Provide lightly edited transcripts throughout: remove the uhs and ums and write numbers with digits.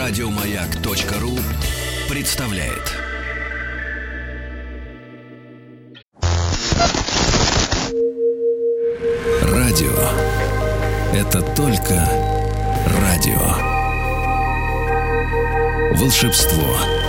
Радиомаяк.ру представляет. Радио — это только радио. Волшебство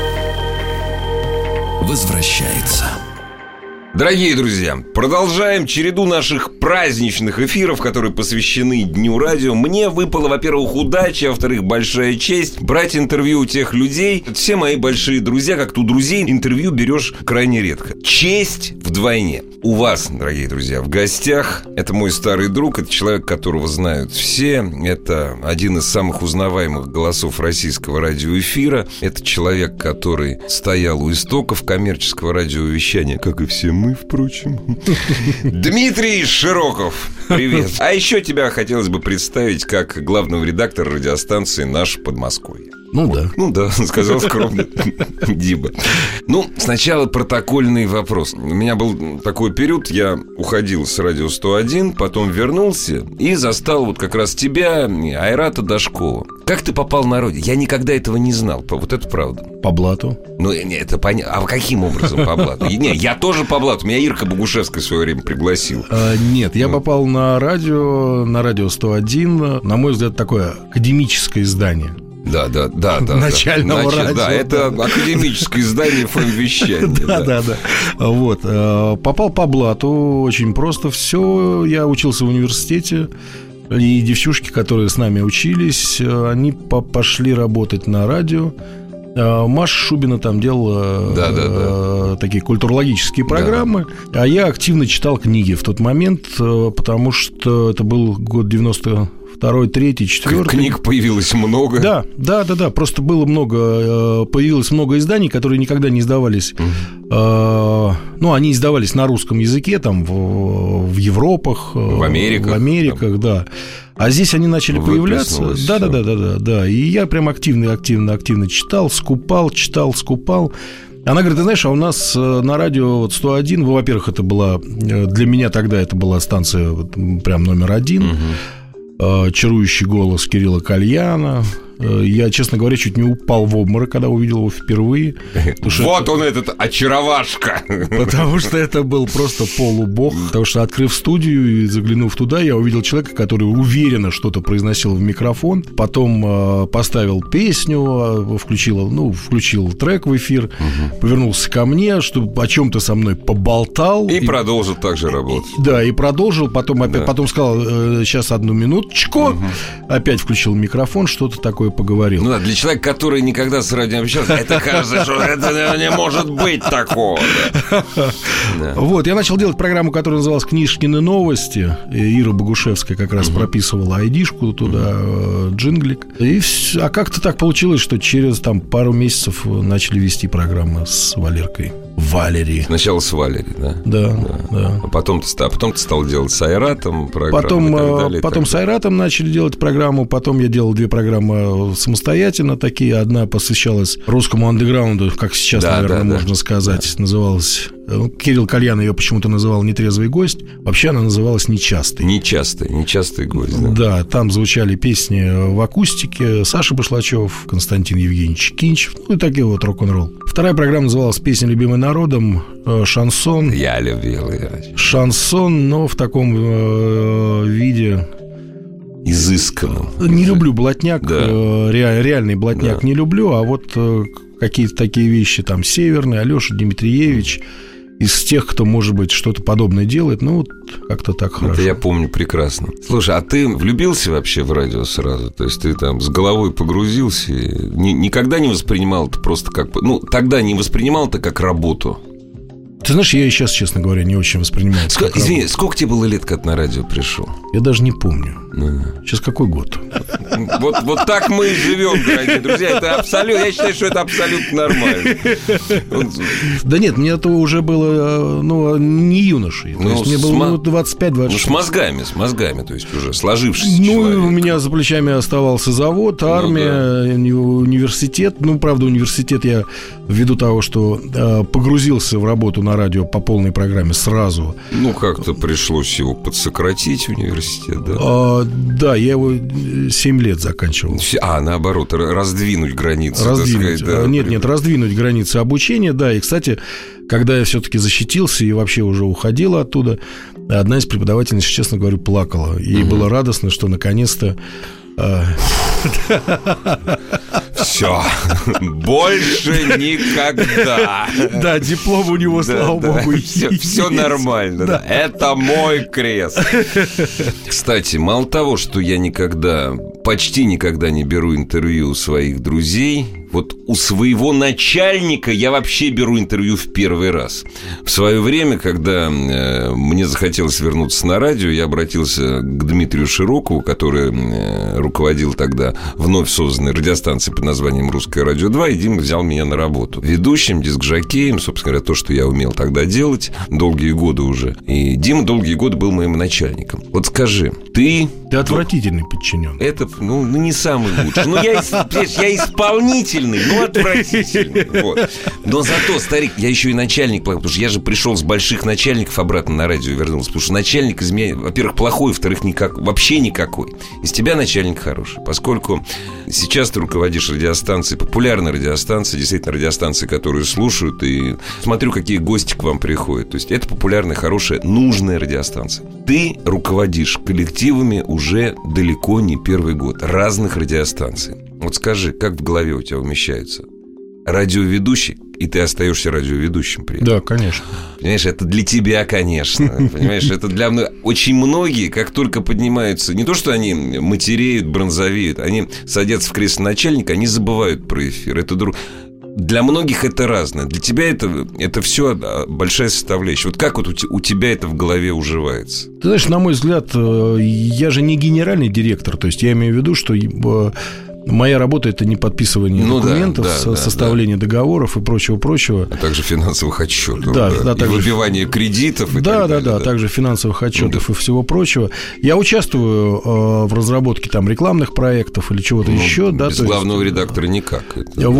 возвращается. Дорогие друзья, продолжаем череду наших праздничных эфиров, которые посвящены Дню радио. Мне выпала, во-первых, удача, а во-вторых, большая честь брать интервью у тех людей. Все мои большие друзья, как-то у друзей интервью берешь крайне редко. Честь вдвойне. У вас, дорогие друзья, в гостях это мой старый друг, это человек, которого знают все. Это один из самых узнаваемых голосов российского радиоэфира. Это человек, который стоял у истоков коммерческого радиовещания, как и все мы, впрочем. Дмитрий Широков, привет. А еще тебя хотелось бы представить как главного редактора радиостанции «Наше Подмосковье». Ну да, сказал скромно Диба. Сначала протокольный вопрос. У меня был такой период, я уходил с радио 101, потом вернулся и застал вот как раз тебя, Айрата Дашкова. Как ты попал на радио? Я никогда этого не знал, вот это правда. По блату. Это понятно. А каким образом по блату? Я тоже по блату. Меня Ирка Богушевская в свое время пригласила. Нет, я попал на радио 101. На мой взгляд, такое академическое издание. Да. Начального радио. Да, это академическое издание ФМ-вещания. Да. Вот. Попал по блату. Очень просто все. Я учился в университете. И девчушки, которые с нами учились, они пошли работать на радио. Маша Шубина там делала такие культурологические программы. А я активно читал книги в тот момент, потому что это был год 92-й, 3-й, 4-й. Книг появилось много. Да. Просто появилось много изданий, которые никогда не издавались. Они издавались на русском языке, там в Европах, в Америках, да. А здесь они начали появляться. Да. И я прям активно читал, скупал. Она говорит: ты знаешь, а у нас на радио 101, во-первых, это была, для меня тогда это была станция прям номер 1. Чарующий голос Кирилла Кальяна. Я, честно говоря, чуть не упал в обморок, когда увидел его впервые. Вот он, этот очаровашка. Потому что это был просто полубог. Потому что, открыв студию и заглянув туда, я увидел человека, который уверенно что-то произносил в микрофон. Потом поставил песню, включил трек в эфир, повернулся ко мне, чтобы о чем-то со мной поболтал. И продолжил так же работать. Да, и продолжил. Потом сказал: сейчас одну минуточку. Опять включил микрофон, что-то такое поговорил. Для человека, который никогда с радио не общался, это кажется, что это не может быть такого. Вот, я начал делать программу, которая называлась «Книжкины новости». Ира Богушевская как раз прописывала айдишку туда, джинглик. А как-то так получилось, что через пару месяцев начали вести программы с Валеркой. Валери. Сначала с Валери, да? Да. А потом ты стал делать с Айратом программу. Потом с Айратом начали делать программу. Потом я делал 2 программы самостоятельно такие. Одна посвящалась русскому андеграунду, как сейчас, наверное, можно сказать. Называлась... Кирилл Кальян ее почему-то называл «Нетрезвый гость». Вообще она называлась «Нечастый». Нечастый гость, да. Да, там звучали песни в акустике. Саша Башлачев, Константин Евгеньевич Кинчев. И такие вот рок-н-ролл. Вторая программа называлась «Песня, любимая народом». Шансон. Я любил ее. Шансон, но в таком виде... изысканном. Не люблю блатняк. Реальный блатняк не люблю. А вот какие-то такие вещи, там, северные, Алеша Дмитриевич, из тех, кто, может быть, что-то подобное делает, как-то так хорошо. Это я помню прекрасно. Слушай, а ты влюбился вообще в радио сразу? То есть ты там с головой погрузился и никогда не воспринимал это просто как... тогда не воспринимал это как работу? Ты знаешь, я и сейчас, честно говоря, не очень воспринимаю. Извини, сколько тебе было лет, когда на радио пришел? Я даже не помню. Сейчас какой год? Вот так мы и живем, дорогие друзья. Это абсолютно, я считаю, что это абсолютно нормально. Да нет, мне это уже было, не юношей. То есть мне было 25-26. С мозгами, то есть уже сложившийся человек. У меня за плечами оставался завод, армия, университет. Правда, университет я, ввиду того, что погрузился в работу на на радио по полной программе сразу. Ну, как-то пришлось его подсократить, университет, да? Да, я его 7 лет заканчивал. Наоборот, раздвинуть границы. Раздвинуть. Так сказать, да. Нет, раздвинуть границы обучения, да. И, кстати, когда я все-таки защитился и вообще уже уходил оттуда, одна из преподавательниц, честно говорю, плакала. Ей было радостно, что наконец-то... Все, больше никогда. Да, диплом у него, слава богу, все нормально. Да. Это мой крест. Кстати, мало того, что я почти никогда не беру интервью у своих друзей, вот у своего начальника я вообще беру интервью в первый раз. В свое время, когда мне захотелось вернуться на радио, я обратился к Дмитрию Широкову, который руководил тогда вновь созданной радиостанцией под названием «Русское радио 2», и Дима взял меня на работу. Ведущим, диск-жокеем, собственно говоря, то, что я умел тогда делать долгие годы уже. И Дима долгие годы был моим начальником. Вот скажи, ты отвратительный подчиненный. Это, не самый лучший. Я исполнительный, но отвратительный. Вот. Но зато, старик, я еще и начальник, потому что я же пришел с больших начальников обратно на радио вернулся. Потому что начальник из меня, во-первых, плохой, во-вторых, вообще никакой. Из тебя начальник хороший. Поскольку сейчас ты руководишь радиостанцией, популярной радиостанцией, действительно радиостанцией, которую слушают, и смотрю, какие гости к вам приходят. То есть это популярная, хорошая, нужная радиостанция. Ты руководишь коллективами уже далеко не первый год разных радиостанций. Вот скажи, как в голове у тебя умещаются радиоведущий, и ты остаешься радиоведущим при этом? Да, конечно. Понимаешь, это для тебя, конечно. Понимаешь, это для очень многие, как только поднимаются, не то, что они матереют, бронзовеют, они садятся в кресло начальника, они забывают про эфир. Это для многих это разное. Для тебя это все большая составляющая. Вот как вот у тебя это в голове уживается? Ты знаешь, на мой взгляд, я же не генеральный директор. То есть я имею в виду, что моя работа – это не подписывание документов, составление договоров и прочего-прочего. А также финансовых отчетов. И выбивание кредитов. Да, также финансовых отчетов и всего прочего. Я участвую в разработке там рекламных проектов или чего-то еще. Без главного редактора никак.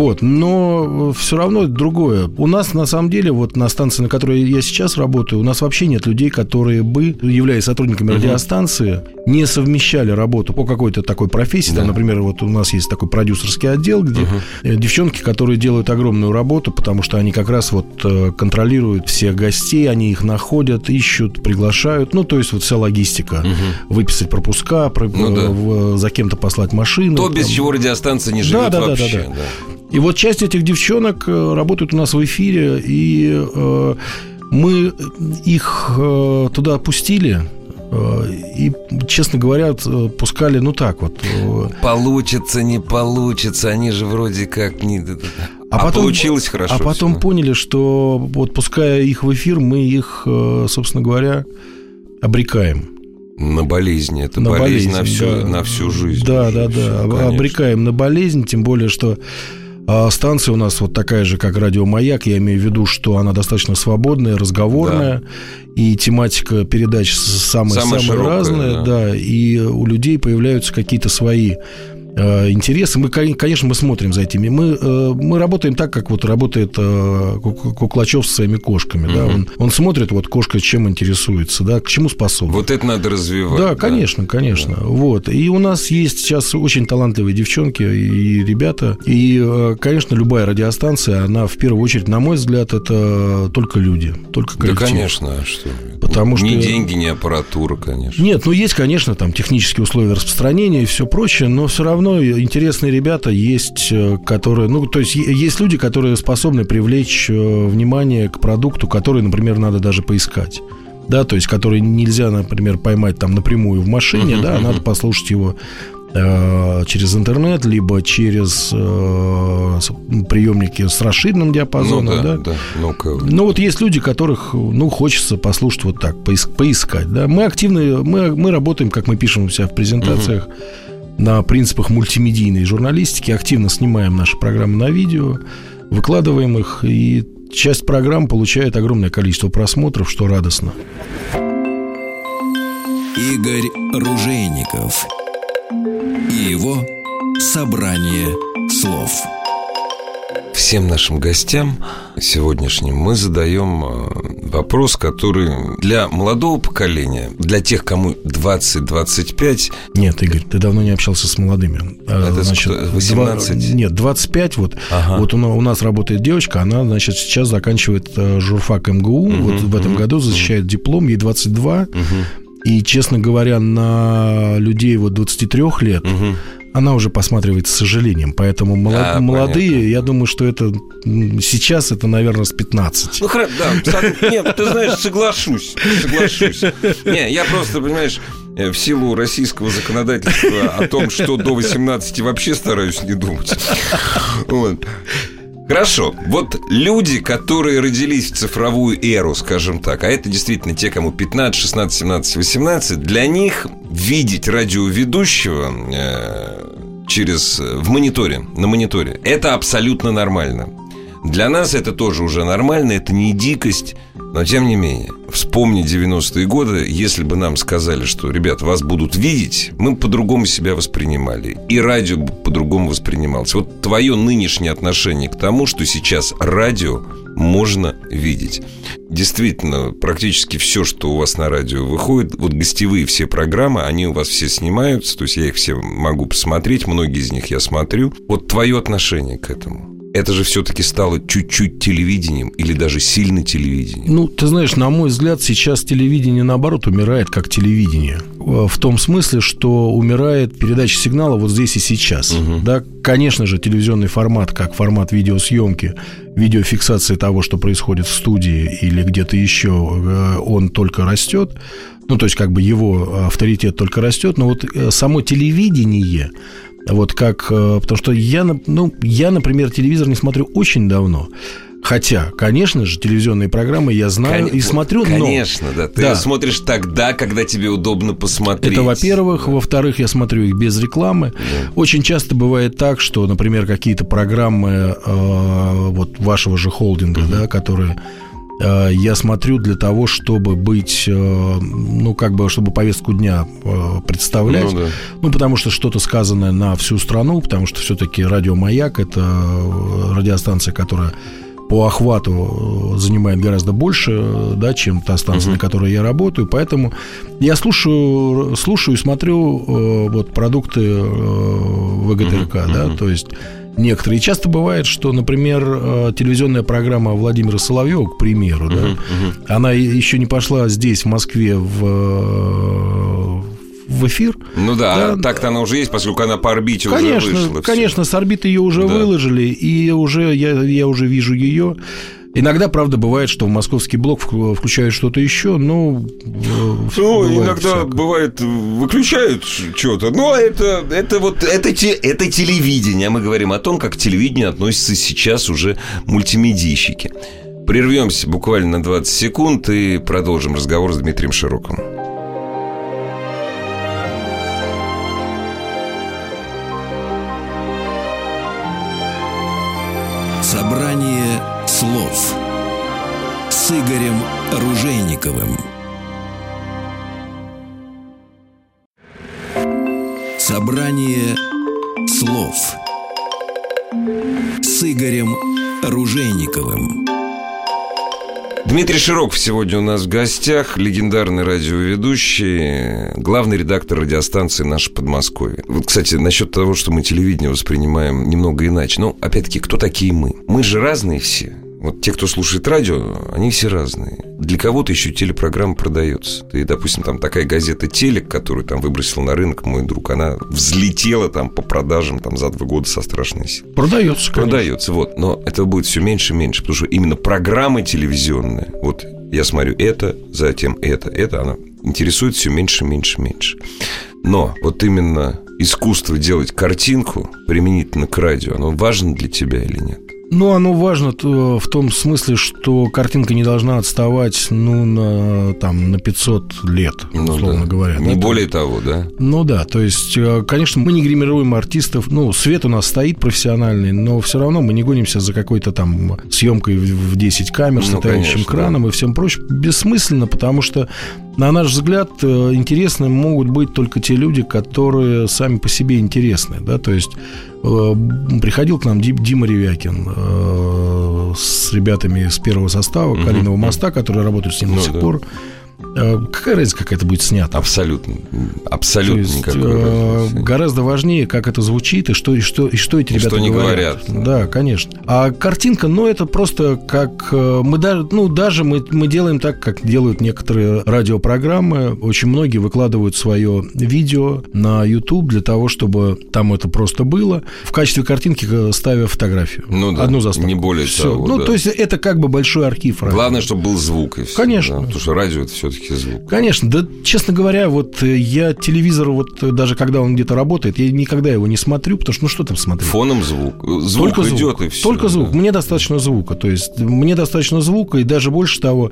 Но все равно это другое. У нас, на самом деле, вот на станции, на которой я сейчас работаю, у нас вообще нет людей, которые бы, являясь сотрудниками радиостанции, не совмещали работу по какой-то такой профессии. Там, например, вот у нас есть такой продюсерский отдел, где девчонки, которые делают огромную работу, потому что они как раз вот контролируют всех гостей, они их находят, ищут, приглашают. То есть вот вся логистика. Выписать пропуска, за кем-то послать машину. То, без чего радиостанция не живет вообще. Да. И вот часть этих девчонок работают у нас в эфире, и мы их туда опустили. И, честно говоря, пускали, так вот. Получится, не получится, они же вроде как не... потом, получилось хорошо. А потом поняли, что вот пуская их в эфир, мы их, собственно говоря, обрекаем. На болезнь. Это болезнь на всю жизнь. Да. Обрекаем на болезнь, тем более, что станция у нас вот такая же, как «Радио Маяк». Я имею в виду, что она достаточно свободная, разговорная. И тематика передач самая разная. Да. И у людей появляются какие-то свои интересы. Конечно, мы смотрим за этими. Мы работаем так, как вот работает Куклачев со своими кошками. Да? Он смотрит, вот кошка чем интересуется, да, к чему способна. Вот это надо развивать. Да, конечно. Да. Вот. И у нас есть сейчас очень талантливые девчонки и ребята. И, конечно, любая радиостанция, она в первую очередь, на мой взгляд, это только люди, только коллектив. Да, конечно. Что? Потому ни что... деньги, ни аппаратура, конечно. Нет, есть, конечно, там технические условия распространения и все прочее, но все равно интересные ребята есть, которые... то есть есть люди, которые способны привлечь внимание к продукту, который, например, надо даже поискать. Да, то есть который нельзя, например, поймать там напрямую в машине, надо послушать его через интернет, либо через приемники с расширенным диапазоном. Вот есть люди, которых хочется послушать вот так, поискать. Да? Мы активно, мы работаем, как мы пишем у себя в презентациях, на принципах мультимедийной журналистики, активно снимаем наши программы на видео, выкладываем их, и часть программ получает огромное количество просмотров, что радостно. Игорь Ружейников и его «Собрание слов». всем нашим гостям сегодняшним мы задаем вопрос, который для молодого поколения, для тех, кому 20-25... Нет, Игорь, ты давно не общался с молодыми. Это, значит, 18? Нет, 25. Вот, ага. Вот у нас работает девочка, она, значит, сейчас заканчивает журфак МГУ, вот в этом году защищает диплом, ей 22. И, честно говоря, на людей вот 23 лет она уже посматривает с сожалением. Поэтому молодые, понятно. Я думаю, что это сейчас это, наверное, с 15. Ну, да, нет, ты знаешь, соглашусь. Не, я просто, понимаешь, в силу российского законодательства о том, что до 18 вообще стараюсь не думать. Вот. Хорошо, вот люди, которые родились в цифровую эру, скажем так, а это действительно те, кому 15, 16, 17, 18, для них видеть радиоведущего на мониторе, это абсолютно нормально. Для нас это тоже уже нормально, это не дикость, но тем не менее. Вспомни 90-е годы, если бы нам сказали, что, ребят, вас будут видеть, мы по-другому себя воспринимали. И радио по-другому воспринималось. Вот твое нынешнее отношение к тому, что сейчас радио можно видеть. Действительно, практически все, что у вас на радио выходит, вот гостевые все программы, они у вас все снимаются, то есть я их все могу посмотреть, многие из них я смотрю. Вот твое отношение к этому. Это же все-таки стало чуть-чуть телевидением или даже сильно телевидением. Ну, ты знаешь, на мой взгляд, сейчас телевидение, наоборот, умирает как телевидение. В том смысле, что умирает передача сигнала вот здесь и сейчас. Да, конечно же, телевизионный формат, как формат видеосъемки, видеофиксации того, что происходит в студии или где-то еще, он только растет. Ну, то есть, как бы его авторитет только растет. Но вот само телевидение... Вот как, потому что я, например, телевизор не смотрю очень давно. Хотя, конечно же, телевизионные программы я знаю и смотрю, но... Конечно, да. Ты смотришь тогда, когда тебе удобно посмотреть. Это, во-первых. Да. Во-вторых, я смотрю их без рекламы. Да. Очень часто бывает так, что, например, какие-то программы вот вашего же холдинга, да, которые... я смотрю для того, чтобы быть, чтобы повестку дня представлять. Да. Ну, потому что что-то сказанное на всю страну, потому что все-таки радио «Маяк» — это радиостанция, которая по охвату занимает гораздо больше, да, чем та станция, на которой я работаю. Поэтому я слушаю и смотрю вот продукты ВГТРК, да, то есть... Некоторые. И часто бывает, что, например, телевизионная программа Владимира Соловьева, к примеру, она еще не пошла здесь, в Москве, в эфир. Ну да, так-то она уже есть, поскольку она по орбите уже вышла. Конечно, с орбиты ее уже выложили, и уже я уже вижу ее. Иногда, правда, бывает, что в московский блок включают что-то еще, но... иногда бывает, выключают что-то. Но это телевидение. Мы говорим о том, как к телевидению относятся сейчас уже мультимедийщики. Прервемся буквально на 20 секунд и продолжим разговор с Дмитрием Широковым. Собрание слов с Игорем Ружейниковым. Собрание слов с Игорем Ружейниковым. Дмитрий Широков сегодня у нас в гостях, легендарный радиоведущий, главный редактор радиостанции «Наше Подмосковье». Вот, кстати, насчет того, что мы телевидение воспринимаем немного иначе. Ну, опять-таки, кто такие мы? Мы же разные все. Вот те, кто слушает радио, они все разные. Для кого-то еще телепрограмма продается. Ты, допустим, там такая газета «Телек», которую там выбросил на рынок мой друг, она взлетела там по продажам там за 2 года со страшной силой. Продается, конечно. Продается, вот. Но это будет все меньше и меньше, потому что именно программы телевизионные, вот я смотрю это, затем это, она интересует все меньше, меньше, меньше. Но вот именно искусство делать картинку применительно к радио, оно важно для тебя или нет? Ну, оно важно в том смысле, что картинка не должна отставать, на 500 лет, условно говоря. Не более того, да? Ну, да, то есть, конечно, мы не гримируем артистов. Ну, свет у нас стоит профессиональный, но все равно мы не гонимся за какой-то там съемкой в 10 камер с летающим краном и всем прочим. Бессмысленно, потому что на наш взгляд, интересны могут быть только те люди, которые сами по себе интересны, да, то есть приходил к нам Дима Ревякин с ребятами с первого состава Калиного моста, которые работают с ним до сих пор. Какая разница, как это будет снято? Абсолютно никакой. Гораздо важнее, как это звучит и что эти ребята говорят. Да, конечно. А картинка, это просто как мы делаем так, как делают некоторые радиопрограммы. Очень многие выкладывают свое видео на YouTube для того, чтобы там это просто было. В качестве картинки ставя фотографию. Одну заставку. Не более того. То есть это как бы большой архив радио. Главное, чтобы был звук. И все, конечно. Да? Потому что радио это все-таки звук. Конечно, да, честно говоря, я телевизор, даже когда он где-то работает, я никогда его не смотрю, потому что, что там смотреть? Фоном звук. Звук только идет, и все. Только звук. Мне достаточно звука. То есть, мне достаточно звука, и даже больше того,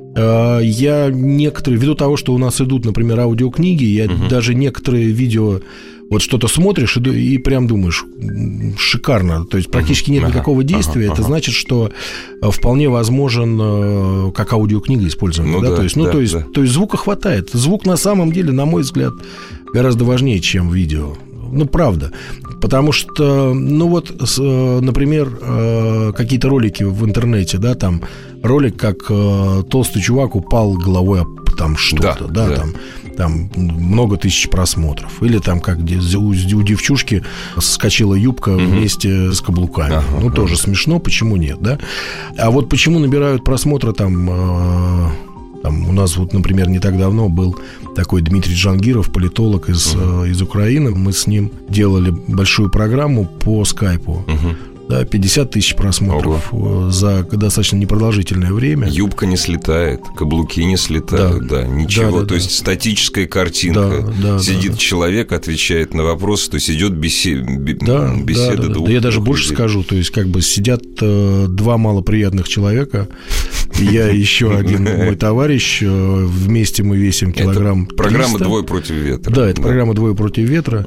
я ввиду того, что у нас идут, например, аудиокниги, я даже некоторые видео, что-то смотришь и прям думаешь, шикарно. То есть практически нет никакого действия. Это значит, что вполне возможен как аудиокнига использование. То есть звука хватает. Звук на самом деле, на мой взгляд, гораздо важнее, чем видео. Правда. Потому что, например, какие-то ролики в интернете, да, там ролик, как толстый чувак упал головой там что-то, там много тысяч просмотров. Или там, как у девчушки скочила юбка вместе с каблуками. Тоже смешно, почему нет, да? А почему набирают просмотры там у нас, например, не так давно был такой Дмитрий Джангиров, политолог из Украины. Мы с ним делали большую программу по скайпу. Да, 50 тысяч просмотров за достаточно непродолжительное время. Юбка не слетает, каблуки не слетают, ничего. То есть статическая картинка. Сидит человек, отвечает на вопросы, то есть идет беседа двух. Да, я даже больше скажу, то есть как бы сидят два малоприятных человека, я еще один мой товарищ, вместе мы весим килограмм 300. Программа «Двое против ветра». Да, это программа «Двое против ветра».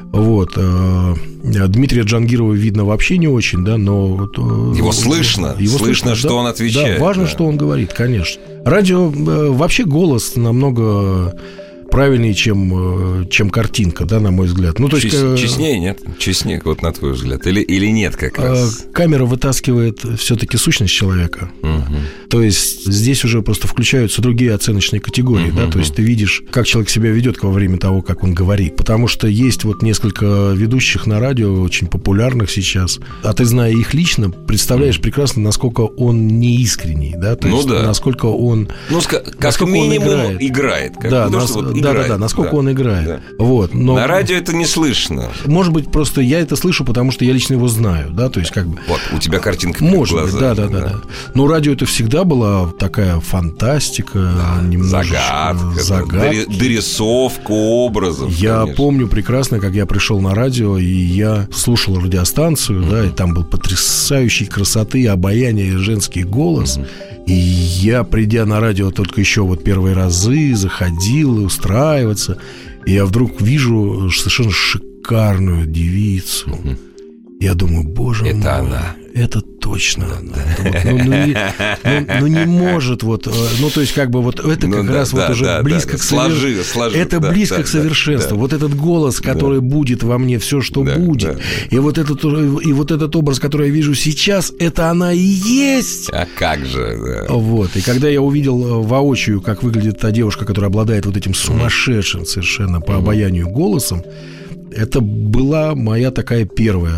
Дмитрия Джангирова видно вообще не очень, да, но... Его слышно, что он отвечает. Да, важно, что он говорит, конечно. Радио, вообще голос намного правильнее, чем картинка, да, на мой взгляд. Честнее, нет? Честнее, на твой взгляд. Или нет как раз? Камера вытаскивает все-таки сущность человека. То есть здесь уже просто включаются другие оценочные категории, да, то есть ты видишь, как человек себя ведет во время того, как он говорит. Потому что есть несколько ведущих на радио, очень популярных сейчас, а ты, зная их лично, представляешь прекрасно, насколько он неискренний, да, то есть насколько он... как минимум играет. Насколько он играет. Да. Но на радио это не слышно. Может быть, просто я это слышу, потому что я лично его знаю, да, то есть как бы... у тебя картинка перед глазами. Да. Но радио это всегда была такая фантастика, немножечко загадки. Дорисовка образов. Я помню прекрасно, как я пришел на радио, и я слушал радиостанцию, да, и там был потрясающей красоты, обаяния женский голос. И я, придя на радио только еще первые разы, заходил устраиваться, и я вдруг вижу совершенно шикарную девицу. Я думаю, боже мой, это точно она. Не может то есть как бы это как раз уже близко к совершенству. Это близко к совершенству. Вот этот голос, который будет во мне все, что будет. И этот образ, который я вижу сейчас, это она и есть. А как же, И когда я увидел воочию, как выглядит та девушка, которая обладает этим сумасшедшим совершенно по обаянию голосом, это была моя такая первая,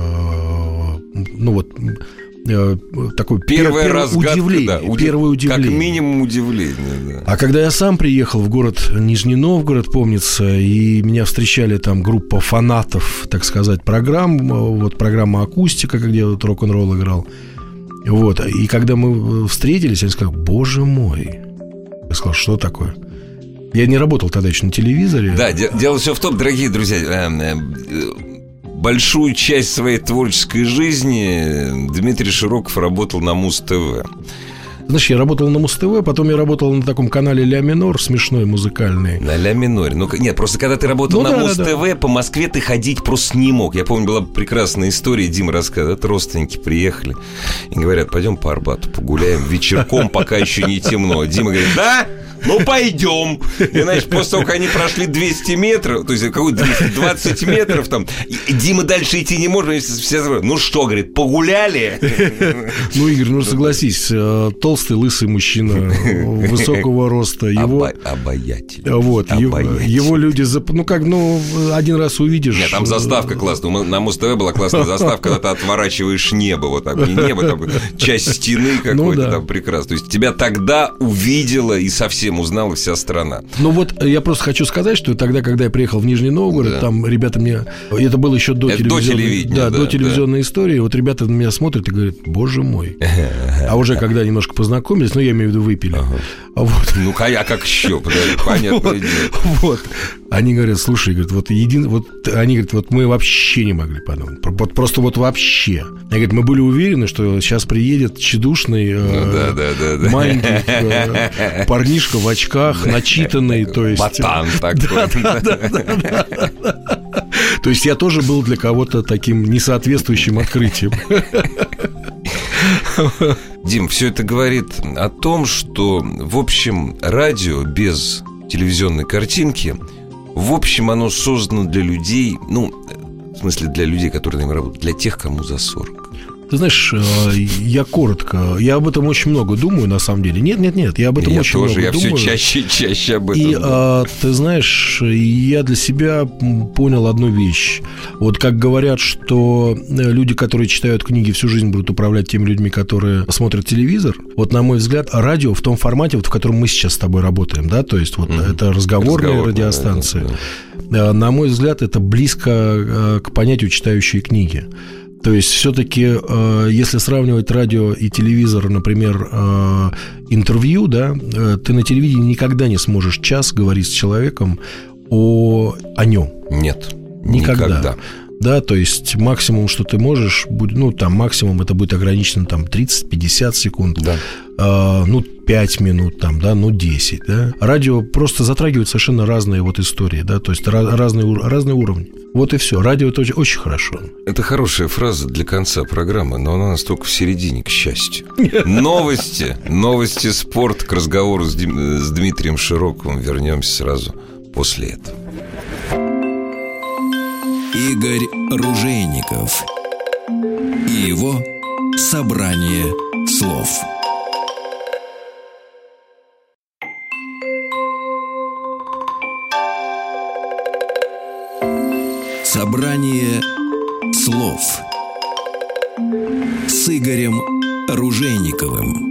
такое первое удивление. Первое удивление. Как минимум удивление. Да. А когда я сам приехал в город Нижний Новгород, помнится, и меня встречали там группа фанатов, так сказать, программ, программа «Акустика», где рок-н-ролл играл. И когда мы встретились, я сказал, боже мой. Я сказал, что такое? Я не работал тогда еще на телевизоре. Да, дело все в том, дорогие друзья, большую часть своей творческой жизни Дмитрий Широков работал на Муз-ТВ. Знаешь, я работал на Муз-ТВ, потом я работал на таком канале «Ля минор», смешной, музыкальный. На «Ля миноре». Нет, просто когда ты работал на Муз-ТВ, по Москве ты ходить просто не мог. Я помню, была прекрасная история, Дима рассказывает, родственники приехали и говорят, пойдем по Арбату погуляем вечерком, пока еще не темно. Дима говорит, да? ну пойдем. И, значит, после того, как они прошли 200 метров, то есть какой 20 метров там, и Дима дальше идти не может, все говорят, ну что, говорит, погуляли? Ну, Игорь, ну согласись, толстый, лысый мужчина высокого роста, его... Обаятельный. Вот, его люди, один раз увидишь... Нет, там заставка классная, на Муз-ТВ была классная заставка, когда ты отворачиваешь небо, вот так, не небо, там часть стены какой-то там прекрасно. То есть тебя тогда увидела и совсем узнала вся страна. Ну вот я просто хочу сказать, что тогда, когда я приехал в Нижний Новгород, там ребята мне... Это было еще до телевизионной... до телевизионной истории. Вот ребята на меня смотрят и говорят, боже мой. А уже когда немножко познакомились, я имею в виду выпили. Вот. Ну, а как еще? Понятное дело. Вот. Они говорят, слушай, говорят, они говорят, вот мы вообще не могли подумать. Просто вот вообще. Они говорят, мы были уверены, что сейчас приедет тщедушный маленький парнишка в очках, начитанный, то есть... Ботан такой. Да. То есть я тоже был для кого-то таким несоответствующим открытием. Дим, все это говорит о том, что, в общем, радио без телевизионной картинки, в общем, оно создано для людей, в смысле для людей, которые на нем работают, для тех, кому за 40. Ты знаешь, я коротко, я об этом очень много думаю, на самом деле. Нет, я об этом очень много думаю. Я все чаще об этом и, думаю. Ты знаешь, я для себя понял одну вещь. Вот как говорят, что люди, которые читают книги, всю жизнь будут управлять теми людьми, которые смотрят телевизор. Вот, на мой взгляд, радио в том формате, в котором мы сейчас с тобой работаем, да, то есть это разговорные радиостанции. Да. На мой взгляд, это близко к понятию читающие книги. То есть все-таки, если сравнивать радио и телевизор, например, интервью, да, ты на телевидении никогда не сможешь час говорить с человеком о нем. Нет, никогда. Да, то есть максимум, что ты можешь, максимум это будет ограничено 30-50 секунд. Да. 5 минут, 10. Да? Радио просто затрагивает совершенно разные истории, да, то есть разные уровни. Вот и все. Радио это очень хорошо. Это хорошая фраза для конца программы, но она настолько в середине, к счастью. Новости, спорт. К разговору с Дмитрием Широковым вернемся сразу после этого. Игорь Ружейников и его собрание слов. Собрание слов с Игорем Ружейниковым.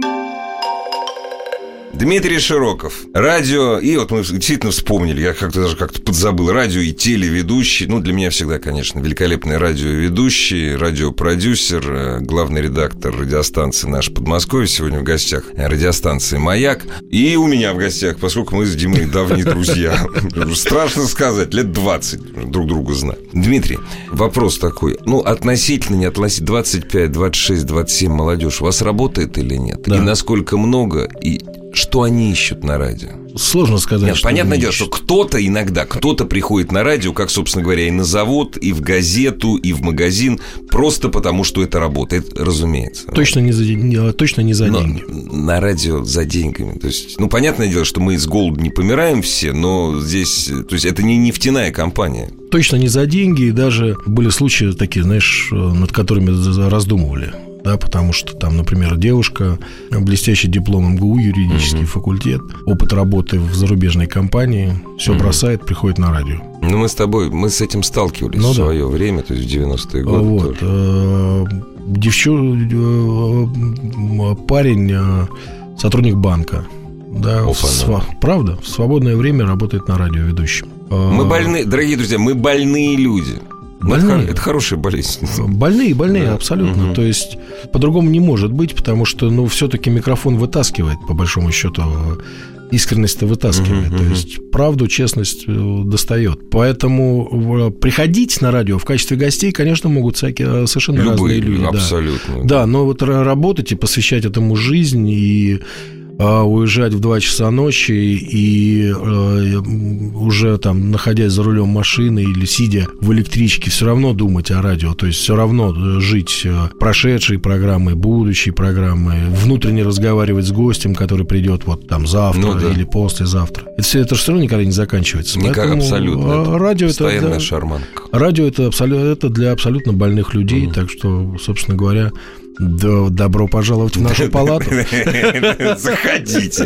Дмитрий Широков. Радио, и вот мы действительно вспомнили, я даже как-то подзабыл, радио и телеведущий. Для меня всегда, конечно, великолепный радиоведущий, радиопродюсер, главный редактор радиостанции «Наш Подмосковье». Сегодня в гостях радиостанции «Маяк». И у меня в гостях, поскольку мы с Димой давние друзья. Страшно сказать, лет 20 друг друга знаем. Дмитрий, вопрос такой. Относительно, не относительно, 25, 26, 27 молодежь у вас работает или нет? Да. И насколько много, и что они ищут на радио? Сложно сказать. Нет, понятное дело, что кто-то приходит на радио, как, собственно говоря, и на завод, и в газету, и в магазин, просто потому, что это работает, разумеется. Точно не за деньги. На радио за деньгами. То есть, понятное дело, что мы с голоду не помираем все, но здесь, то есть, это не нефтяная компания. Точно не за деньги, и даже были случаи такие, знаешь, над которыми раздумывали. Да, потому что там, например, девушка, блестящий диплом МГУ, юридический факультет, опыт работы в зарубежной компании, все бросает, приходит на радио. Мы с этим сталкивались в свое время, то есть в 90-е годы. Парень, сотрудник банка. Да, правда, в свободное время работает на радио ведущим. Мы больные, дорогие друзья, мы больные люди. Это хорошая болезнь. Больные, да. Абсолютно. То есть по-другому не может быть, потому что, все-таки микрофон вытаскивает, по большому счету, искренность-то вытаскивает. То есть правду, честность достает. Поэтому приходить на радио в качестве гостей, конечно, могут всякие совершенно разные люди. Абсолютно. Да, но работать и посвящать этому жизнь и уезжать в 2 часа ночи и уже там, находясь за рулем машины или сидя в электричке, все равно думать о радио. То есть все равно жить прошедшие программы, будущие программы, внутренне разговаривать с гостем, который придет вот там завтра или послезавтра. Это все равно никогда не заканчивается. Никак, абсолютно. Радио постоянная шарманка. Радио это для абсолютно больных людей, так что, собственно говоря, добро пожаловать в нашу палату. Заходите.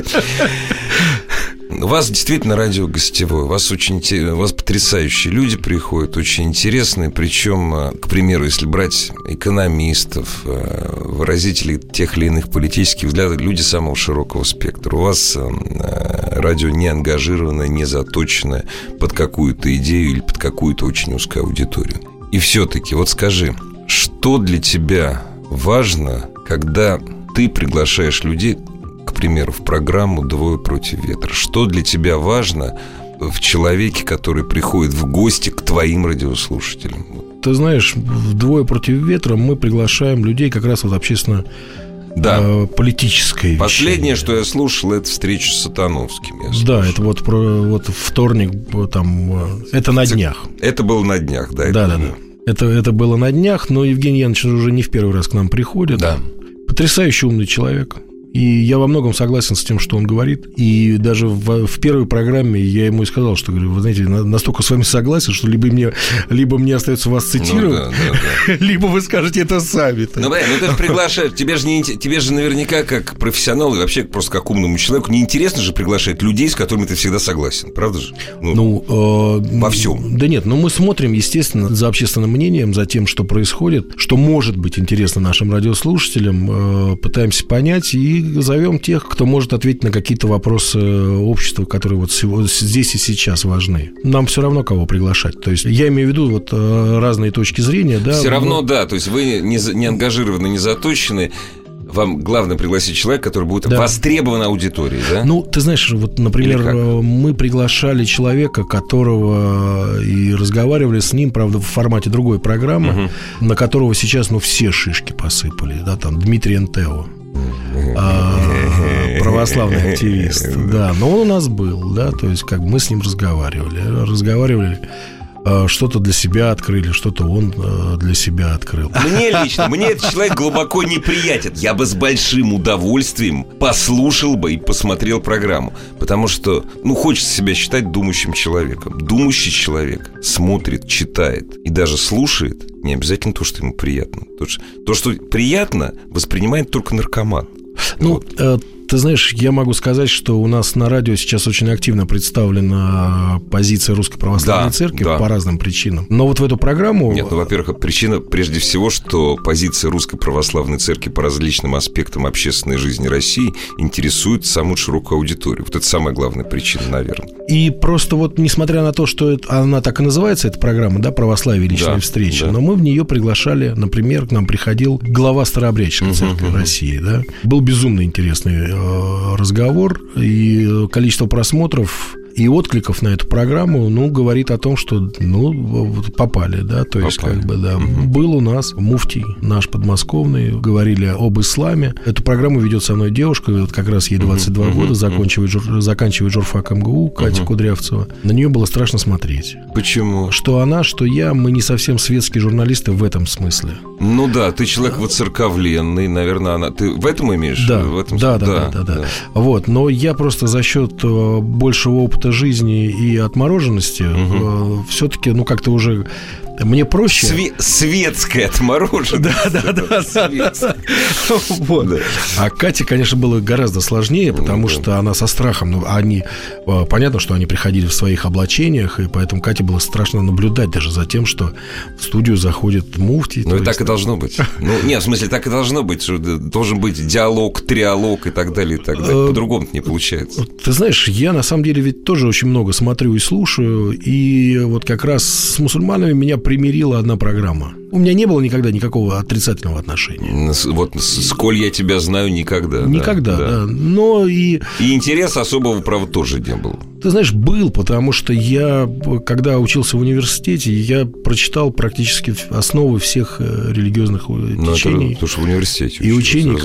У вас действительно радио гостевое. У вас потрясающие люди приходят, очень интересные. Причем, к примеру, если брать экономистов, выразителей тех или иных политических взглядов, люди самого широкого спектра. У вас радио не ангажированное, не заточенное под какую-то идею или под какую-то очень узкую аудиторию. И все-таки, вот скажи, что для тебя важно, когда ты приглашаешь людей, к примеру, в программу «Двое против ветра»? Что для тебя важно в человеке, который приходит в гости к твоим радиослушателям? Ты знаешь, в «Двое против ветра» мы приглашаем людей как раз вот общественно политической. Последнее, что я слушал, это встреча с Сатановским. Да, это вот вторник, там, это на днях. Это было на днях, да. Да. Это было на днях, но Евгений Янович уже не в первый раз к нам приходит. Да. Потрясающе умный человек. И я во многом согласен с тем, что он говорит. И даже в первой программе я ему и сказал, что, говорю, вы знаете, настолько с вами согласен, что либо мне остается вас цитировать, либо вы скажете это сами. Ты же приглашаешь. Тебе же наверняка, как профессионалу и вообще просто как умному человеку, неинтересно же приглашать людей, с которыми ты всегда согласен. Правда же? Во всем. Да нет, мы смотрим, естественно, за общественным мнением, за тем, что происходит, что может быть интересно нашим радиослушателям, пытаемся понять и зовем тех, кто может ответить на какие-то вопросы общества, которые вот здесь и сейчас важны. Нам все равно кого приглашать. То есть я имею в виду вот разные точки зрения. Да, все равно, да. То есть вы не ангажированы, не заточены. Вам главное пригласить человека, который будет востребован аудиторией, да? Ты знаешь, вот, например, мы приглашали человека, которого и разговаривали с ним, правда, в формате другой программы, на которого сейчас, все шишки посыпали, да, там, Дмитрий Энтео. Православный активист. Да, но он у нас был, да, то есть как мы с ним разговаривали, что-то для себя открыли, что-то он для себя открыл. Мне этот человек глубоко неприятен. Я бы с большим удовольствием послушал бы и посмотрел программу. Потому что, хочется себя считать думающим человеком. Думающий человек смотрит, читает и даже слушает не обязательно то, что ему приятно. То, что приятно, воспринимает только наркоман. Ты знаешь, я могу сказать, что у нас на радио сейчас очень активно представлена позиция Русской Православной Церкви по разным причинам. Но вот в эту программу... Нет, во-первых, причина прежде всего, что позиция Русской Православной Церкви по различным аспектам общественной жизни России интересует самую широкую аудиторию. Вот это самая главная причина, наверное. И просто вот, несмотря на то, что она так и называется, эта программа, «Православие. Личная встреча», но мы в нее приглашали, например, к нам приходил глава Старообрядческой церкви России, да. Был безумно интересный разговор, и количество просмотров и откликов на эту программу, говорит о том, что, попали, да, то есть, был у нас муфтий наш подмосковный, говорили об исламе. Эту программу ведет со мной девушка, вот как раз ей 22 года, заканчивает журфак МГУ, Катя Кудрявцева. На нее было страшно смотреть. Почему? Что она, что я, мы не совсем светские журналисты в этом смысле. Ты человек воцерковленный, наверное, ты в этом имеешь? Да, в этом... да. Вот, но я просто за счет большего опыта жизни и отмороженности все-таки, как-то уже мне проще. Светская отмороженность. Да. А Кате, конечно, было гораздо сложнее, потому что она со страхом. Понятно, что они приходили в своих облачениях, и поэтому Кате было страшно наблюдать даже за тем, что в студию заходит муфтий. И так и должно быть. Нет, в смысле, так и должно быть. Что должен быть диалог, триалог и так далее, и так далее. По-другому не получается. Ты знаешь, я на самом деле ведь тоже тоже очень много смотрю и слушаю. И вот как раз с мусульманами меня примирила одна программа. У меня не было никогда никакого отрицательного отношения. Вот сколь я тебя знаю, никогда. Никогда, да. Но и интереса особого, правда, тоже не было. Ты знаешь, был, потому что я, когда учился в университете, я прочитал практически основы всех религиозных течений. Потому что в университете и учений,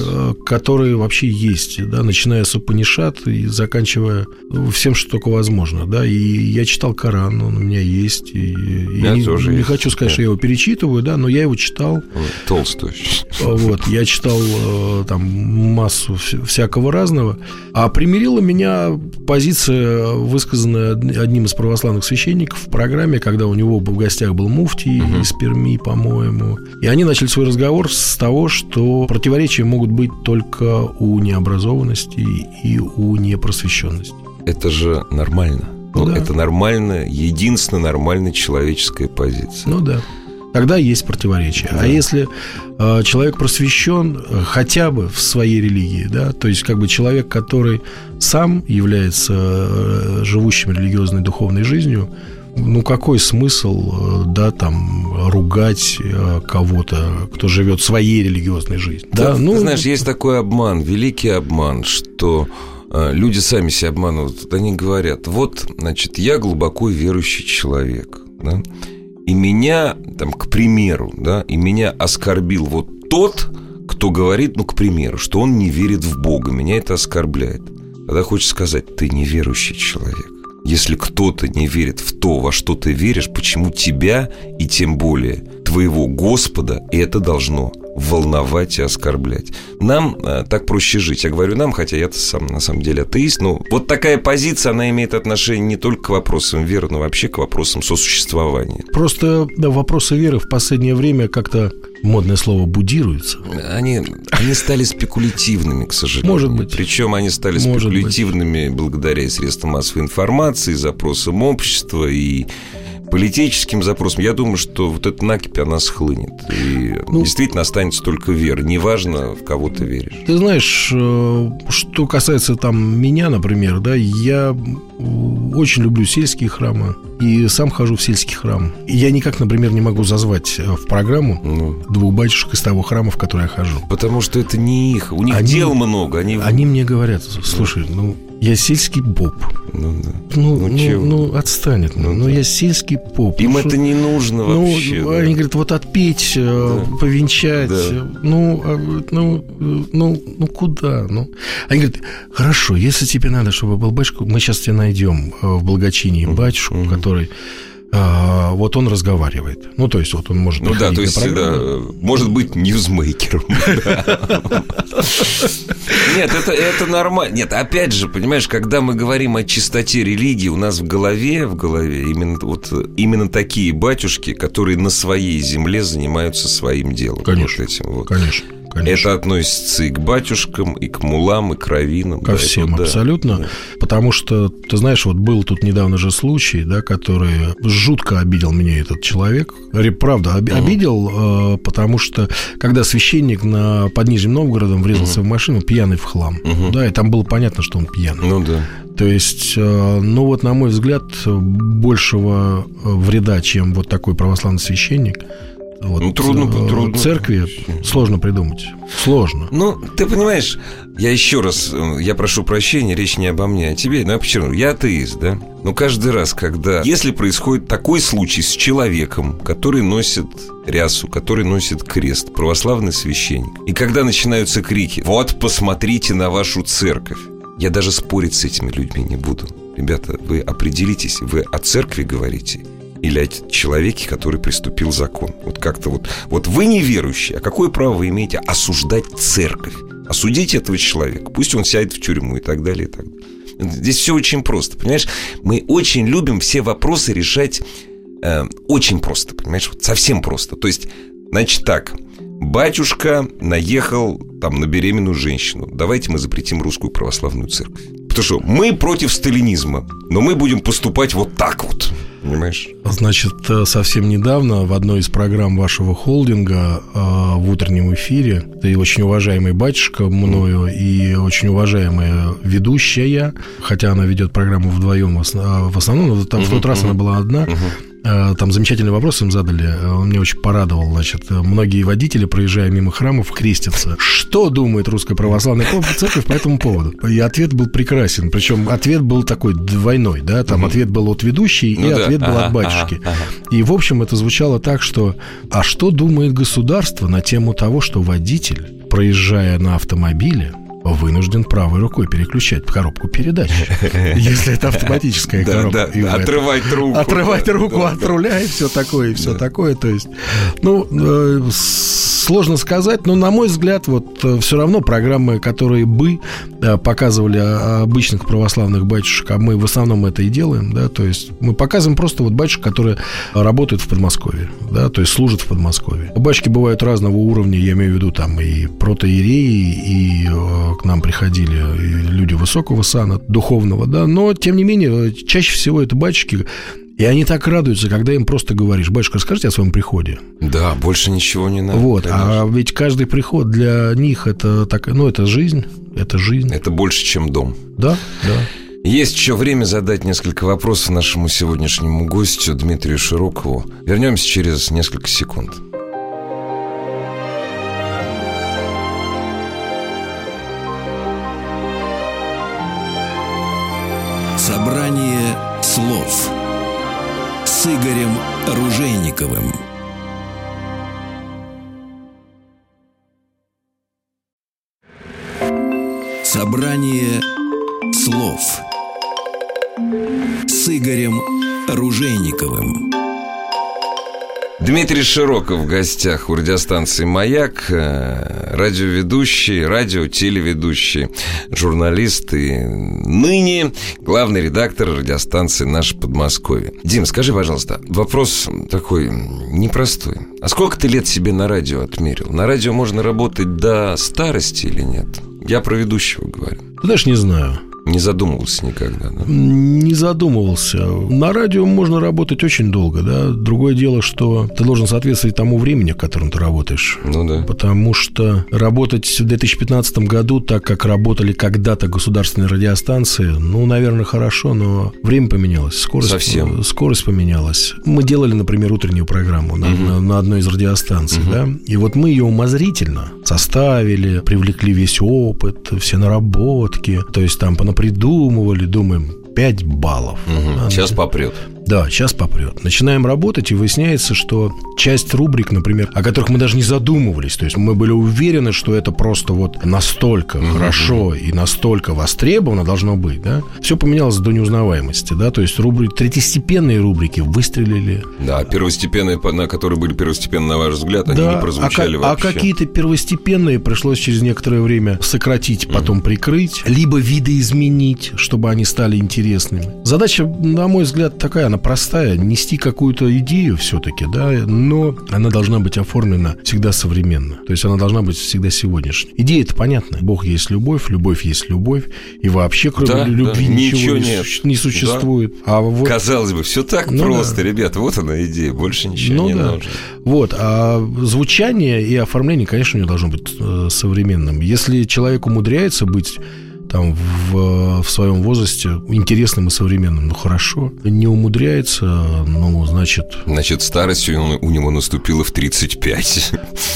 которые вообще есть, да, начиная с Упанишад и заканчивая всем, что только возможно, да. И я читал Коран, он у меня есть. Я не хочу сказать, что я его перечитываю, да, но я его читал. Толстой. Вот, я читал там массу всякого разного. А примирила меня позиция, высказанная одним из православных священников в программе, когда у него в гостях был муфтий из Перми, по-моему. И они начали свой разговор с того, что противоречия могут быть только у необразованности и у непросвещенности. Это же нормально. Да. Это нормальная, единственная нормальная человеческая позиция. Ну да. Тогда есть противоречия. Да. А если человек просвещен хотя бы в своей религии, да, то есть как бы человек, который сам является живущим религиозной духовной жизнью, ну какой смысл, да, там ругать кого-то, кто живет своей религиозной жизнью? Да, ты знаешь, есть такой обман, великий обман, что люди сами себя обманывают. Они говорят: вот, значит, я глубоко верующий человек, да. И меня, там, к примеру, да, и меня оскорбил вот тот, кто говорит, ну, к примеру, что он не верит в Бога. Меня это оскорбляет. Тогда хочется сказать: ты неверующий человек. Если кто-то не верит в то, во что ты веришь, почему тебя и тем более твоего Господа это должно волновать и оскорблять? Нам так проще жить. Я говорю нам, хотя я-то сам на самом деле атеист. Но вот такая позиция, она имеет отношение не только к вопросам веры, но вообще к вопросам сосуществования. Просто вопросы веры в последнее время как-то, модное слово, будируются. Они стали спекулятивными, к сожалению. Может быть. Причем они стали спекулятивными благодаря средствам массовой информации, запросам общества и политическим запросам. Я думаю, что вот эта накипь, она схлынет. И действительно останется только вера. Неважно, в кого ты веришь. Ты знаешь, что касается там меня, например, да, я очень люблю сельские храмы. И сам хожу в сельский храм. И я никак, например, не могу зазвать в программу двух батюшек из того храма, в который я хожу. Потому что это не их. У них дел много. Они мне говорят: слушай, я сельский поп. Отстань от меня. Я сельский поп. Им это не нужно вообще. Они говорят: вот отпеть, повенчать. Куда? Они говорят: хорошо, если тебе надо, чтобы был батюшка, мы сейчас тебе найдем в благочинии батюшку, который вот он разговаривает. Ну, то есть, вот он может приходить то есть, на программу. Может быть ньюсмейкером. Нет, это нормально. Нет, опять же, понимаешь, когда мы говорим о чистоте религии, у нас в голове именно такие батюшки, которые на своей земле занимаются своим делом. Конечно, конечно. Это относится и к батюшкам, и к мулам, и к раввинам. Ко всем, абсолютно. Да. Потому что, ты знаешь, вот был тут недавно же случай, да, который жутко обидел меня этот человек. Правда, обидел, потому что, когда священник под Нижним Новгородом врезался в машину, пьяный в хлам, да, и там было понятно, что он пьяный. Ну да. То есть, вот, на мой взгляд, большего вреда, чем вот такой православный священник, трудно. Церкви сложно придумать. Сложно. Ты понимаешь, я прошу прощения, речь не обо мне, а тебе. Почему? Я атеист, да? Но каждый раз, если происходит такой случай с человеком, который носит рясу, который носит крест, православный священник, и когда начинаются крики: вот, посмотрите на вашу церковь, я даже спорить с этими людьми не буду. Ребята, вы определитесь, вы о церкви говорите или о человеке, который преступил закон. Вот как-то вот вы неверующие, а какое право вы имеете осуждать церковь? Осудите этого человека, пусть он сядет в тюрьму и так далее, и так далее. Здесь все очень просто, понимаешь? Мы очень любим все вопросы решать очень просто, понимаешь? Совсем просто. То есть, значит так: батюшка наехал на беременную женщину. Давайте мы запретим русскую православную церковь. Потому что мы против сталинизма, но мы будем поступать вот так вот. Понимаешь? Значит, совсем недавно в одной из программ вашего холдинга в утреннем эфире ты очень уважаемый батюшка мною и очень уважаемая ведущая, хотя она ведет программу вдвоем в основном, но там в тот раз она была одна. Там замечательный вопрос им задали. Он меня очень порадовал. Значит, многие водители, проезжая мимо храмов, крестятся. Что думает Русская Православная Церковь по этому поводу? И ответ был прекрасен. Причем ответ был такой двойной, да? Там ответ был от ведущей, и ответ был от батюшки. И, в общем, это звучало так, что «А что думает государство на тему того, что водитель, проезжая на автомобиле, вынужден правой рукой переключать коробку передач, если это автоматическая коробка». Отрывать руку. Отрывать руку от руля и все такое, и все такое. То есть, сложно сказать, но, на мой взгляд, вот все равно программы, которые бы показывали обычных православных батюшек, а мы в основном это и делаем, да, то есть мы показываем просто вот батюшек, которые работают в Подмосковье, да, то есть служат в Подмосковье. Батюшки бывают разного уровня, я имею в виду там и протоиереи, и к нам приходили люди высокого сана, духовного, да, но, тем не менее, чаще всего это батюшки, и они так радуются, когда им просто говоришь: батюшка, расскажите о своем приходе. Да, больше ничего не надо. Вот, а ведь каждый приход для них это так, это жизнь, это жизнь. Это больше, чем дом. Да, да. Есть еще время задать несколько вопросов нашему сегодняшнему гостю Дмитрию Широкову. Вернемся через несколько секунд. Собрание слов с Игорем Ружейниковым. Собрание слов с Игорем Ружейниковым. Дмитрий Широков в гостях у радиостанции «Маяк», радиоведущий, телеведущий, журналист и ныне главный редактор радиостанции «Наше Подмосковье». Дим, скажи, пожалуйста, вопрос такой непростой. А сколько ты лет себе на радио отмерил? На радио можно работать до старости или нет? Я про ведущего говорю. Ты даже не знаю. Не задумывался никогда, да? Не задумывался. На радио можно работать очень долго, да. Другое дело, что ты должен соответствовать тому времени, в котором ты работаешь. Ну да. Потому что работать в 2015 году, так как работали когда-то государственные радиостанции, наверное, хорошо, но время поменялось. Скорость поменялась. Мы делали, например, утреннюю программу на одной из радиостанций, да. И вот мы ее умозрительно составили, привлекли весь опыт, все наработки. То есть там понапридумывали, думаем, 5 баллов. Сейчас попрет. Да, сейчас попрет. Начинаем работать, и выясняется, что часть рубрик, например, о которых мы даже не задумывались, то есть мы были уверены, что это просто вот настолько хорошо и настолько востребовано должно быть, да, все поменялось до неузнаваемости, да, то есть третьестепенные рубрики выстрелили. Да, первостепенные, которые были первостепенные, на ваш взгляд, они не прозвучали вообще. А какие-то первостепенные пришлось через некоторое время сократить, потом прикрыть, либо видоизменить, чтобы они стали интересными. Задача, на мой взгляд, такая, она простая, нести какую-то идею все-таки, да, но она должна быть оформлена всегда современно. То есть она должна быть всегда сегодняшней. Идея-то понятна. Бог есть любовь, любовь есть любовь, и вообще кроме любви ничего не существует. Да. Казалось бы, все так просто, ребят, вот она идея, больше ничего не нужно. Вот, а звучание и оформление, конечно, у него должно быть современным. Если человек умудряется быть там в своем возрасте интересным и современным, хорошо. Не умудряется, значит... Значит, старость у него наступила в 35.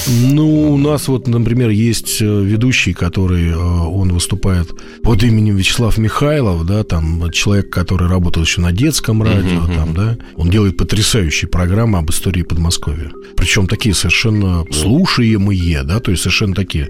У нас вот, например, есть ведущий, который, он выступает под именем Вячеслав Михайлов, да, там, человек, который работал еще на детском радио, там, да, он делает потрясающие программы об истории Подмосковья. Причем такие совершенно слушаемые, да, то есть совершенно такие...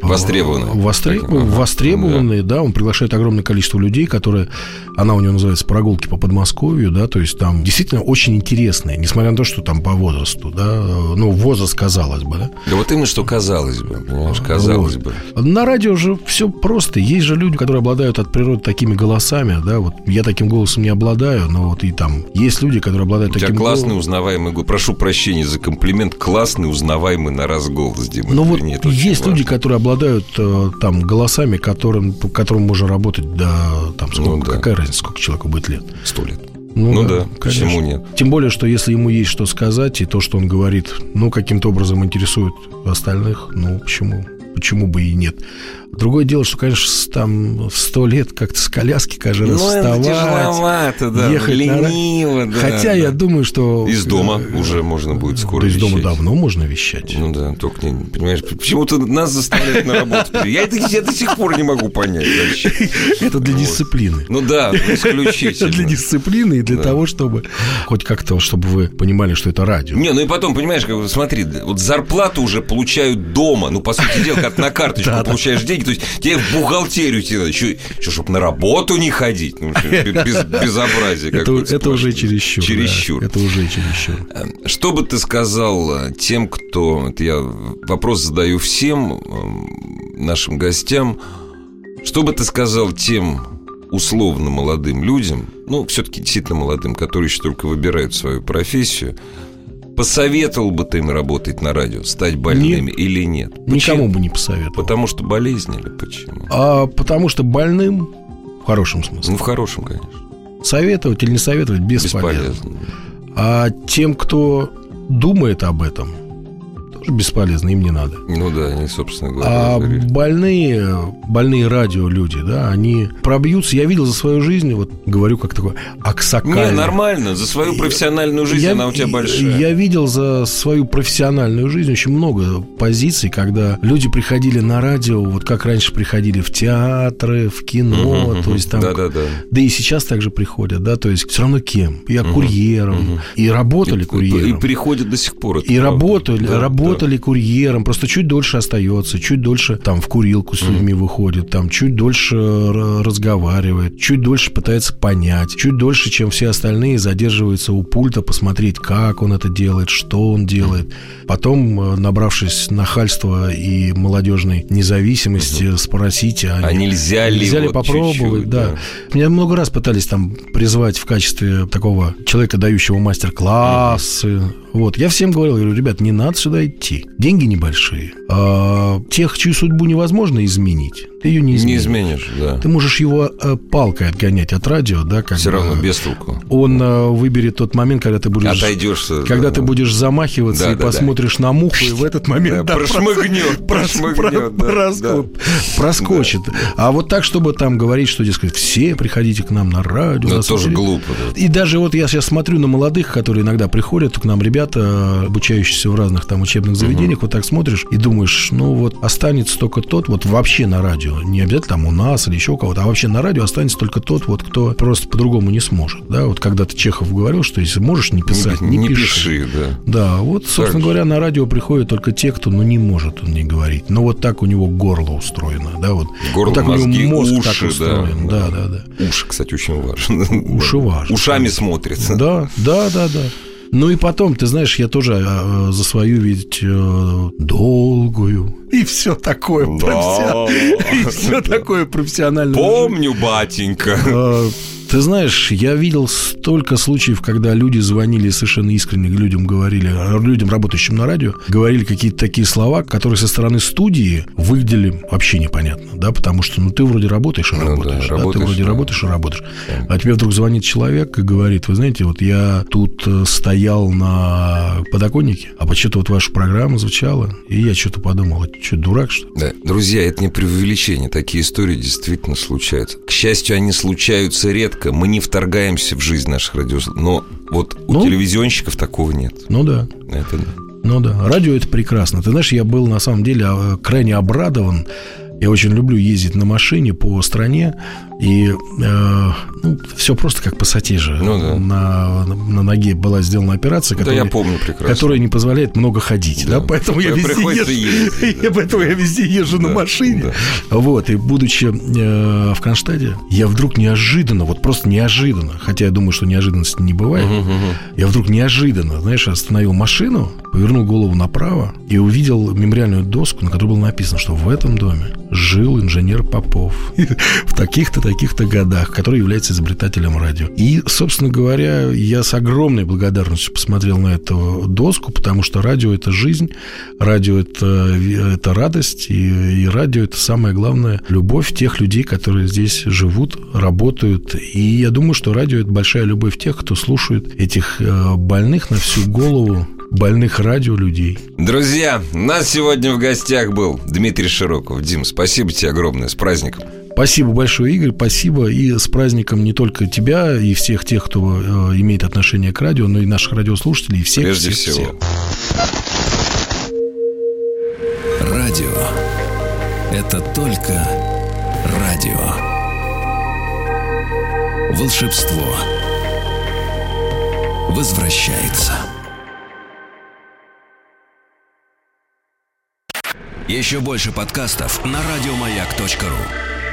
Востребованные, да, он приглашает огромное количество людей, она у него называется «Прогулки по Подмосковью», да, то есть там действительно очень интересные, несмотря на то, что там по возрасту, да, возраст, казалось бы, да. Да вот именно, что казалось бы, понимаешь, казалось бы. На радио же все просто, есть же люди, которые обладают от природы такими голосами, да, вот я таким голосом не обладаю, но вот и там есть люди, которые обладают таким голосом. У тебя классный, узнаваемый голос, прошу прощения за комплимент, классный, узнаваемый на раз голос, Дима. Ну вот есть люди, которые обладают там голосами, которым можно работать до там сколько, какая разница, сколько человеку будет лет? 100 лет. Ну да, конечно. почему нет? Тем более, что если ему есть что сказать, и то, что он говорит, каким-то образом интересует остальных, почему бы и нет. Другое дело, что, конечно, там в 100 лет как-то с коляски каждый раз вставать. Это тяжеловато, да, ехать лениво, да. Хотя я думаю, что... Из дома уже можно будет скоро вещать. Из дома вещать. давно можно вещать. Ну да, только не... Понимаешь, почему-то нас заставляют на работу. Я до сих пор не могу понять. Это для дисциплины. Ну да, исключительно. Это для дисциплины и для того, чтобы... Хоть как-то, чтобы вы понимали, что это радио. Не, и потом, понимаешь, смотри, вот зарплату уже получают дома. По сути дела, как на карточку получаешь деньги. То есть тебе в бухгалтерию тебе надо. Что, чтобы на работу не ходить? Безобразие какое-то. Это уже чересчур. Это уже чересчур. Что бы ты сказал тем, кто... Это я вопрос задаю всем нашим гостям. Что бы ты сказал тем условно молодым людям, все-таки действительно молодым, которые еще только выбирают свою профессию, посоветовал бы ты им работать на радио, стать больными или нет? Никому бы не посоветовал. Потому что болезнь или почему? Потому что больным, в хорошем смысле. В хорошем, конечно. Советовать или не советовать бесполезно. А тем, кто думает об этом, тоже бесполезно, им не надо. Ну да, они, собственно говоря. А больные радиолюди, да, они пробьются. Я видел за свою жизнь, говорю как такой аксакаль. Не, нормально, за свою профессиональную жизнь она у тебя большая. Я видел за свою профессиональную жизнь очень много позиций, когда люди приходили на радио, как раньше приходили в театры, в кино, то есть там... Да и сейчас также приходят, да, то есть все равно кем? Я курьером, и работали курьером. И приходят до сих пор. И работали курьером, просто чуть дольше остается, чуть дольше там в курилку с людьми выходит, там чуть дольше разговаривает, чуть дольше пытается понять, чуть дольше, чем все остальные, задерживается у пульта посмотреть, как он это делает, что он делает. Потом, набравшись нахальства и молодежной независимости, спросить, нельзя ли попробовать, да. Меня много раз пытались там призвать в качестве такого человека, дающего мастер-классы. Я всем говорил, ребят, не надо сюда идти. Деньги небольшие. Тех, чью судьбу невозможно изменить, ты ее не изменишь. Не изменишь, да. Ты можешь его палкой отгонять от радио, да, все равно без толку. Он выберет тот момент, когда ты будешь... Отойдешься. Когда ты будешь замахиваться и посмотришь на муху, и в этот момент... Проскочит. А так, чтобы там говорить, что, дескать, все приходите к нам на радио. Это тоже глупо. И даже я сейчас смотрю на молодых, которые иногда приходят к нам, ребята, обучающиеся в разных там учебных заведениях, так смотришь и думаешь, останется только тот, вообще на радио, не обязательно там у нас или еще у кого-то, а вообще на радио останется только тот, кто просто по-другому не сможет, да, когда-то Чехов говорил, что если можешь не писать, не пиши, да. Собственно говоря, на радио приходят только те, кто, не может он не говорить, но так у него горло устроено, да, горло, так мозги, у него мозг уши, так устроен, да. Уши, кстати, очень важно. Уши важны. Ушами смотрится. Да. И потом, ты знаешь, я тоже за свою ведь долгую и все такое профессиональное. Помню, батенька. Ты знаешь, я видел столько случаев, когда люди звонили совершенно искренне людям, говорили, людям, работающим на радио, говорили какие-то такие слова, которые со стороны студии выглядели вообще непонятно, да, потому что, ты вроде работаешь и работаешь, да, ты вроде работаешь и работаешь, а тебе вдруг звонит человек и говорит, вы знаете, я тут стоял на подоконнике, а почему-то ваша программа звучала, и я что-то подумал, что, дурак, что ли? Да, друзья, это не преувеличение, такие истории действительно случаются. К счастью, они случаются редко. Мы не вторгаемся в жизнь наших радиослушателей. Но у телевизионщиков такого нет. Да. Это да. Радио – это прекрасно. Ты знаешь, я был, на самом деле, крайне обрадован. Я очень люблю ездить на машине по стране. И все просто как пассатижи. На ноге была сделана операция, которая не позволяет много ходить. Да. Поэтому я везде езжу на машине. И будучи в Кронштадте, я вдруг неожиданно, просто неожиданно, хотя я думаю, что неожиданности не бывает, я вдруг неожиданно, знаешь, остановил машину, повернул голову направо и увидел мемориальную доску, на которой было написано, что в этом доме жил инженер Попов в таких-то годах, который является изобретателем радио. И, собственно говоря, я с огромной благодарностью посмотрел на эту доску, потому что радио – это жизнь, радио – это радость, и радио – это самое главное – любовь тех людей, которые здесь живут, работают. И я думаю, что радио – это большая любовь тех, кто слушает этих больных на всю голову, больных радио людей. Друзья, у нас сегодня в гостях был Дмитрий Широков. Дим, спасибо тебе огромное, с праздником. Спасибо большое, Игорь, спасибо. И с праздником не только тебя и всех тех, кто имеет отношение к радио, но и наших радиослушателей, и всех. Прежде всего. Радио – это только радио. Волшебство возвращается. Еще больше подкастов на радиомаяк.ру.